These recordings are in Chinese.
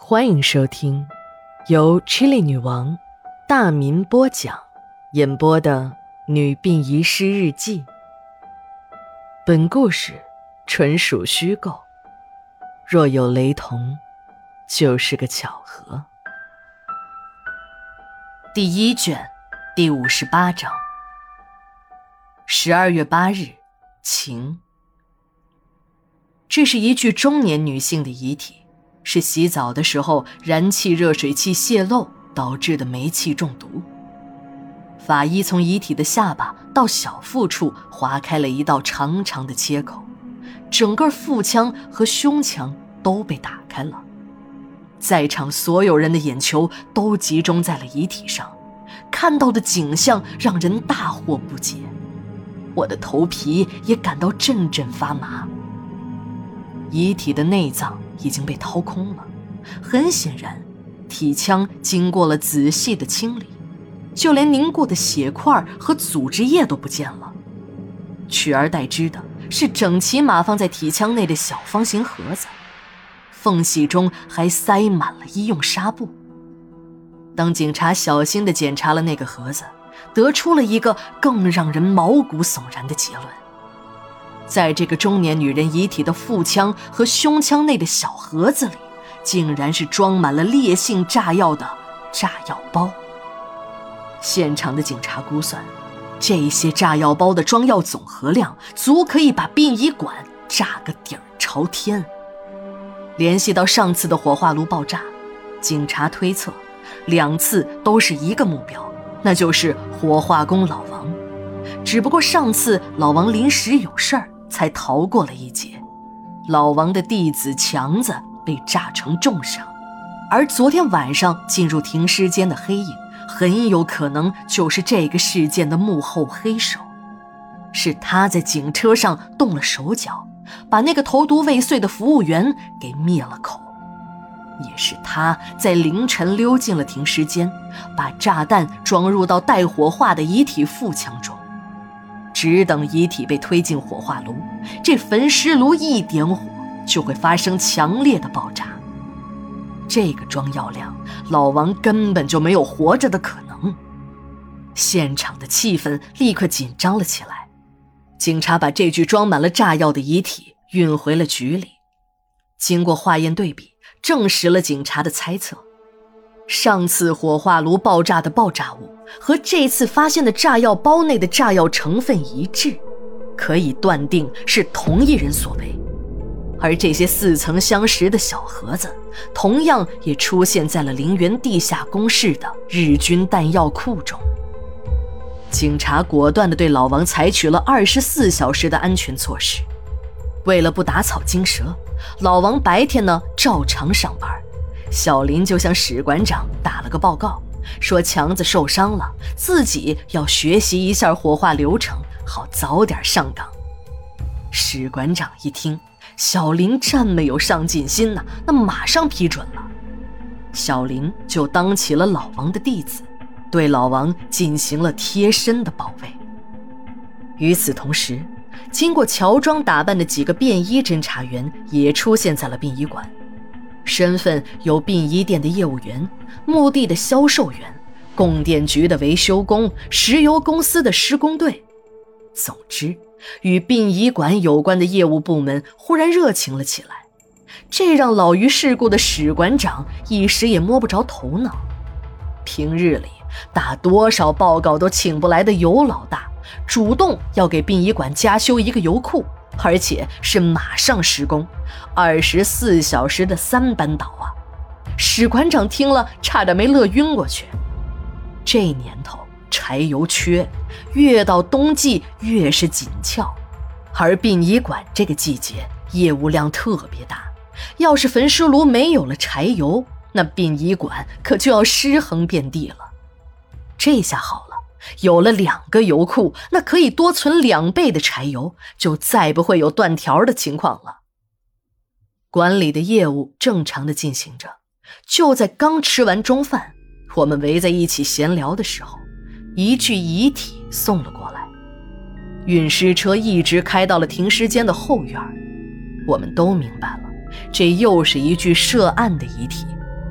欢迎收听由 Chili 女王大民播讲演播的女病遗失日记。本故事纯属虚构，若有雷同，就是个巧合。第一卷第58章12月8日晴。这是一具中年女性的遗体，是洗澡的时候燃气热水器泄漏导致的煤气中毒。法医从遗体的下巴到小腹处划开了一道长长的切口，整个腹腔和胸腔都被打开了。在场所有人的眼球都集中在了遗体上，看到的景象让人大惑不解，我的头皮也感到阵阵发麻。遗体的内脏已经被掏空了，很显然体腔经过了仔细的清理，就连凝固的血块和组织液都不见了，取而代之的是整齐码放在体腔内的小方形盒子，缝隙中还塞满了医用纱布。当警察小心地检查了那个盒子，得出了一个更让人毛骨悚然的结论。在这个中年女人遗体的腹腔和胸腔内的小盒子里，竟然是装满了烈性炸药的炸药包。现场的警察估算，这些炸药包的装药总和量足可以把殡仪馆炸个底儿朝天。联系到上次的火化炉爆炸，警察推测2次都是一个目标，那就是火化工老王。只不过上次老王临时有事儿才逃过了一劫，老王的弟子强子被炸成重伤，而昨天晚上进入停尸间的黑影很有可能就是这个事件的幕后黑手。是他在警车上动了手脚，把那个投毒未遂的服务员给灭了口，也是他在凌晨溜进了停尸间，把炸弹装入到待火化的遗体腹腔中。只等遗体被推进火化炉，这焚尸炉一点火就会发生强烈的爆炸。这个装药量，老王根本就没有活着的可能。现场的气氛立刻紧张了起来。警察把这具装满了炸药的遗体运回了局里，经过化验对比，证实了警察的猜测。上次火化炉爆炸的爆炸物和这次发现的炸药包内的炸药成分一致，可以断定是同一人所为。而这些似曾相识的小盒子，同样也出现在了陵园地下工事的日军弹药库中。警察果断地对老王采取了24小时的安全措施。为了不打草惊蛇，老王白天呢照常上班，小林就向史馆长打了个报告，说强子受伤了，自己要学习一下火化流程，好早点上岗。史馆长一听小林这么有上进心呢，那马上批准了。小林就当起了老王的弟子，对老王进行了贴身的保卫。与此同时，经过乔装打扮的几个便衣侦查员也出现在了殡仪馆，身份有殡仪店的业务员、墓地的销售员、供电局的维修工、石油公司的施工队。总之，与殡仪馆有关的业务部门忽然热情了起来，这让老于世故的史馆长一时也摸不着头脑。平日里打多少报告都请不来的尤老大，主动要给殡仪馆加修一个油库，而且是马上施工，24小时的3班倒啊！史馆长听了差点没乐晕过去。这年头柴油缺，越到冬季越是紧俏，而殡仪馆这个季节业务量特别大，要是焚尸炉没有了柴油，那殡仪馆可就要尸横遍地了。这下好了，有了2个油库，那可以多存2倍的柴油，就再不会有断条的情况了。馆里的业务正常的进行着，就在刚吃完中饭，我们围在一起闲聊的时候，一具遗体送了过来。运尸车一直开到了停尸间的后院，我们都明白了，这又是一具涉案的遗体，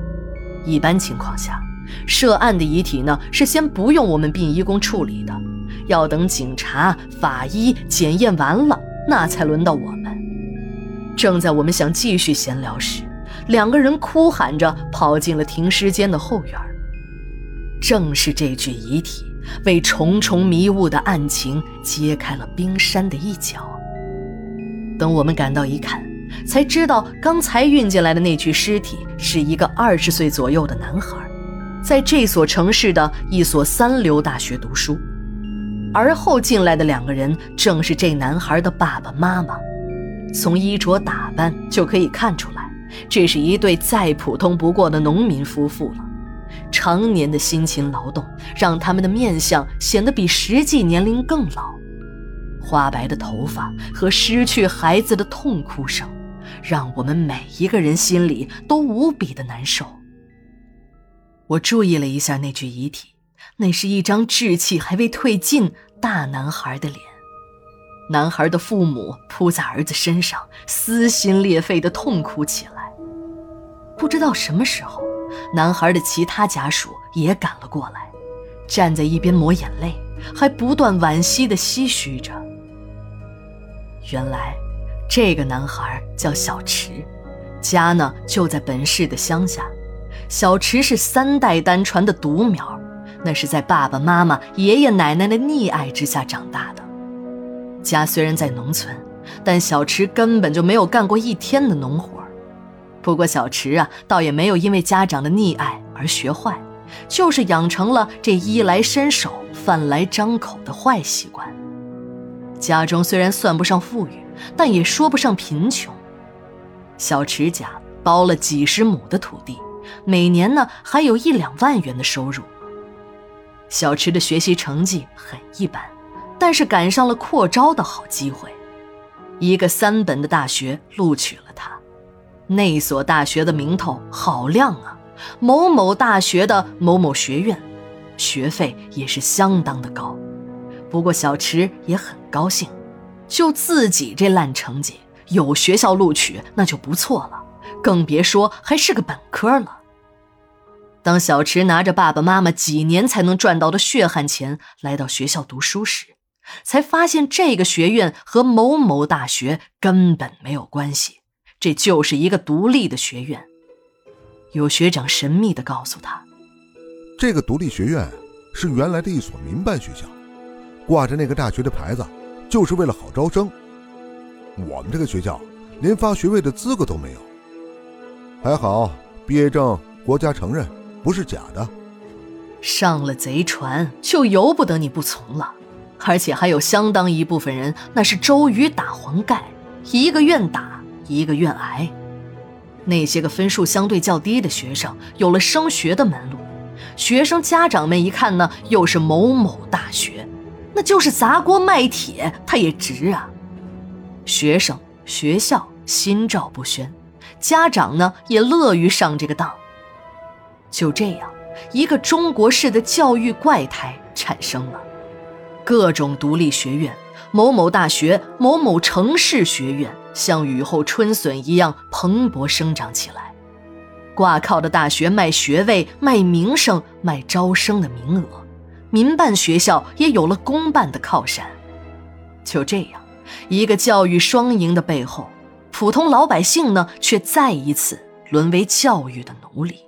一般情况下，涉案的遗体呢是先不用我们殡仪工处理的，要等警察、法医检验完了，那才轮到我们。正在我们想继续闲聊时，2个人哭喊着跑进了停尸间的后院。正是这具遗体为重重迷雾的案情揭开了冰山的一角。等我们赶到一看，才知道刚才运进来的那具尸体是一个20岁左右的男孩，在这所城市的一所3流大学读书。而后进来的2个人正是这男孩的爸爸妈妈。从衣着打扮就可以看出来，这是一对再普通不过的农民夫妇了。常年的辛勤劳动让他们的面相显得比实际年龄更老，花白的头发和失去孩子的痛哭声，让我们每一个人心里都无比的难受。我注意了一下那具遗体，那是一张稚气还未褪尽大男孩的脸。男孩的父母扑在儿子身上，撕心裂肺地痛哭起来。不知道什么时候，男孩的其他家属也赶了过来，站在一边抹眼泪，还不断惋惜地唏嘘着。原来这个男孩叫小池，家呢就在本市的乡下。小池是3代单传的独苗，那是在爸爸妈妈、爷爷奶奶的溺爱之下长大的。家虽然在农村，但小池根本就没有干过1天的农活。不过小池啊，倒也没有因为家长的溺爱而学坏，就是养成了这衣来伸手、饭来张口的坏习惯。家中虽然算不上富裕，但也说不上贫穷。小池家包了几十亩的土地，每年呢还有1、2万元的收入。小池的学习成绩很一般，但是赶上了扩招的好机会，一个3本的大学录取了他。那所大学的名头好亮啊，某某大学的某某学院，学费也是相当的高。不过小池也很高兴，就自己这烂成绩，有学校录取那就不错了，更别说还是个本科了。当小池拿着爸爸妈妈几年才能赚到的血汗钱来到学校读书时，才发现这个学院和某某大学根本没有关系，这就是一个独立的学院。有学长神秘地告诉他， 这个独立学院是原来的一所民办学校，挂着那个大学的牌子就是为了好招生。我们这个学校连发学位的资格都没有，还好毕业证国家承认，不是假的。 上了贼船就由不得你不从了，而且还有相当一部分人那是周瑜打黄盖，一个愿打一个愿挨。那些个分数相对较低的学生有了升学的门路，学生家长们一看呢，又是某某大学，那就是砸锅卖铁他也值啊。学生学校心照不宣，家长呢也乐于上这个当。就这样，一个中国式的教育怪胎产生了。各种独立学院，某某大学、某某城市学院像雨后春笋一样蓬勃生长起来。挂靠的大学卖学位、卖名声、卖招生的名额，民办学校也有了公办的靠山。就这样，一个教育双赢的背后，普通老百姓呢却再一次沦为教育的奴隶。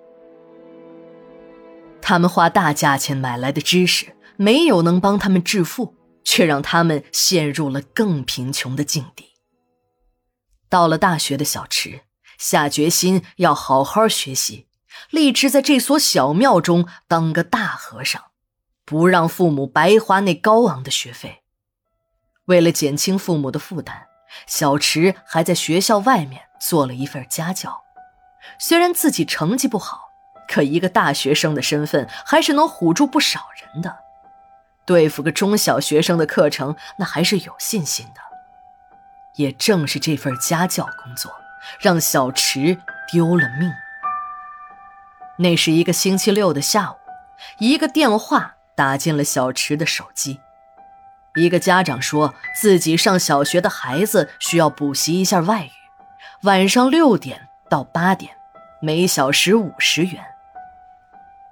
他们花大价钱买来的知识没有能帮他们致富，却让他们陷入了更贫穷的境地。到了大学的小池下决心要好好学习，立志在这所小庙中当个大和尚，不让父母白花那高昂的学费。为了减轻父母的负担，小池还在学校外面做了一份家教。虽然自己成绩不好，可一个大学生的身份还是能唬住不少人的。对付个中小学生的课程，那还是有信心的。也正是这份家教工作，让小池丢了命。那是一个星期六的下午，一个电话打进了小池的手机。一个家长说自己上小学的孩子需要补习一下外语，晚上6点到8点，每小时50元。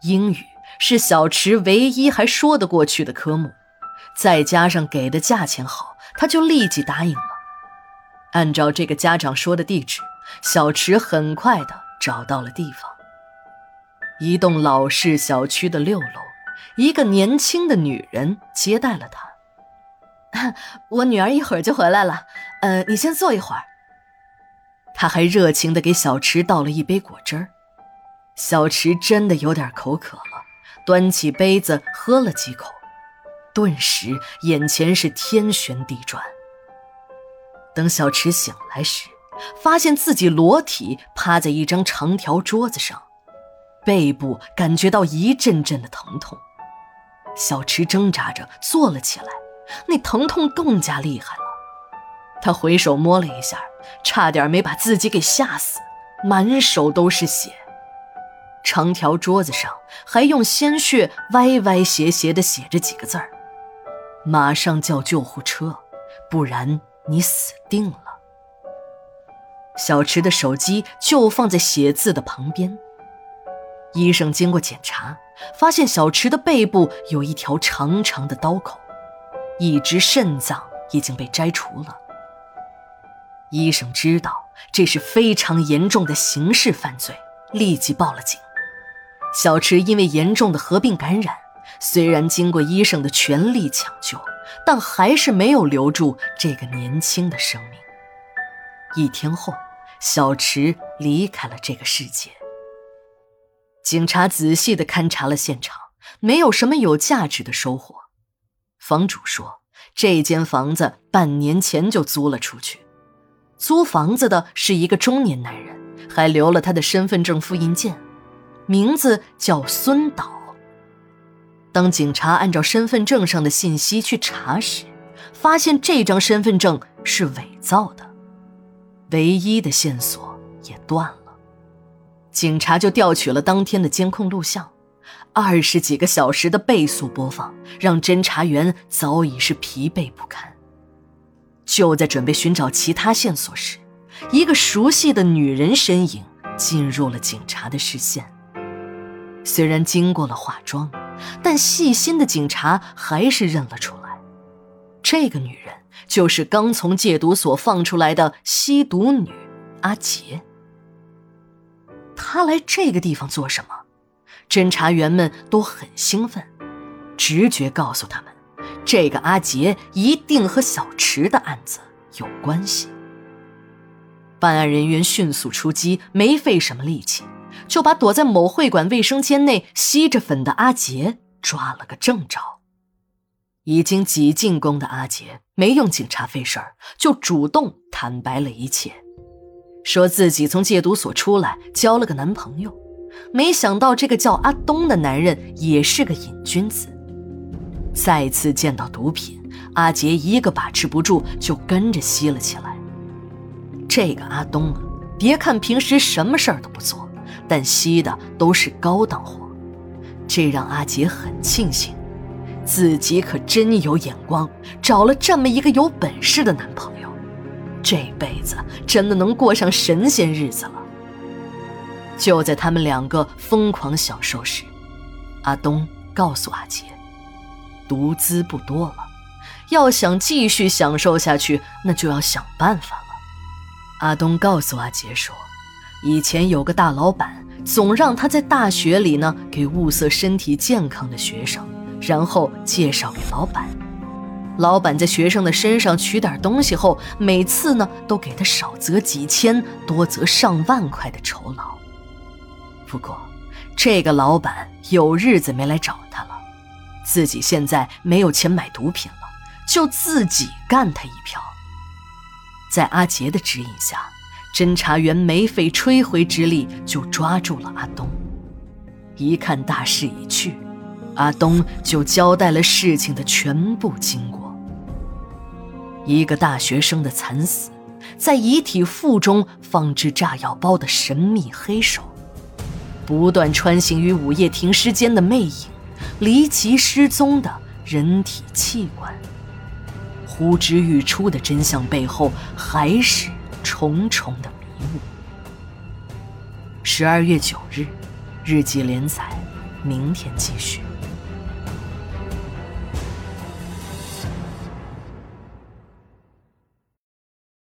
英语是小池唯一还说得过去的科目，再加上给的价钱好，他就立即答应了。按照这个家长说的地址，小池很快地找到了地方。一栋老式小区的6楼，一个年轻的女人接待了他。我女儿一会儿就回来了，你先坐一会儿。他还热情地给小池倒了一杯果汁儿。小池真的有点口渴了，端起杯子喝了几口，顿时眼前是天旋地转。等小池醒来时，发现自己裸体趴在一张长条桌子上，背部感觉到一阵阵的疼痛。小池挣扎着坐了起来，那疼痛更加厉害了。他回手摸了一下，差点没把自己给吓死，满手都是血。长条桌子上还用鲜血歪歪斜斜地写着几个字儿：马上叫救护车，不然你死定了。小池的手机就放在写字的旁边。医生经过检查，发现小池的背部有一条长长的刀口，一只肾脏已经被摘除了。医生知道这是非常严重的刑事犯罪，立即报了警。小池因为严重的合并感染，虽然经过医生的全力抢救，但还是没有留住这个年轻的生命。1天后，小池离开了这个世界。警察仔细地勘察了现场，没有什么有价值的收获。房主说，这间房子半年前就租了出去。租房子的是一个中年男人，还留了他的身份证复印件，名字叫孙导。当警察按照身份证上的信息去查时，发现这张身份证是伪造的，唯一的线索也断了。警察就调取了当天的监控录像，20几个小时的倍速播放，让侦查员早已是疲惫不堪。就在准备寻找其他线索时，一个熟悉的女人身影进入了警察的视线。虽然经过了化妆，但细心的警察还是认了出来，这个女人就是刚从戒毒所放出来的吸毒女阿杰。她来这个地方做什么？侦查员们都很兴奋，直觉告诉他们，这个阿杰一定和小池的案子有关系。办案人员迅速出击，没费什么力气，就把躲在某会馆卫生间内吸着粉的阿杰抓了个正着。已经挤进宫的阿杰没用警察费事儿，就主动坦白了一切，说自己从戒毒所出来，交了个男朋友，没想到这个叫阿东的男人也是个瘾君子。再次见到毒品，阿杰一个把持不住，就跟着吸了起来。这个阿东啊，别看平时什么事儿都不做，但吸的都是高档货，这让阿杰很庆幸，自己可真有眼光，找了这么一个有本事的男朋友，这辈子真的能过上神仙日子了。就在他们2个疯狂享受时，阿东告诉阿杰，毒资不多了，要想继续享受下去，那就要想办法了。阿东告诉阿杰说，以前有个大老板总让他在大学里呢给物色身体健康的学生，然后介绍给老板。老板在学生的身上取点东西后，每次呢都给他少则几千，多则上万块的酬劳。不过这个老板有日子没来找他了，自己现在没有钱买毒品了，就自己干他一票。在阿杰的指引下，侦查员没费吹灰之力就抓住了阿东。一看大势已去，阿东就交代了事情的全部经过。一个大学生的惨死，在遗体腹中放置炸药包的神秘黑手，不断穿行于午夜停尸间的魅影，离奇失踪的人体器官，呼之欲出的真相背后还是重重的迷雾。12月9日，日记连载， 明天继续。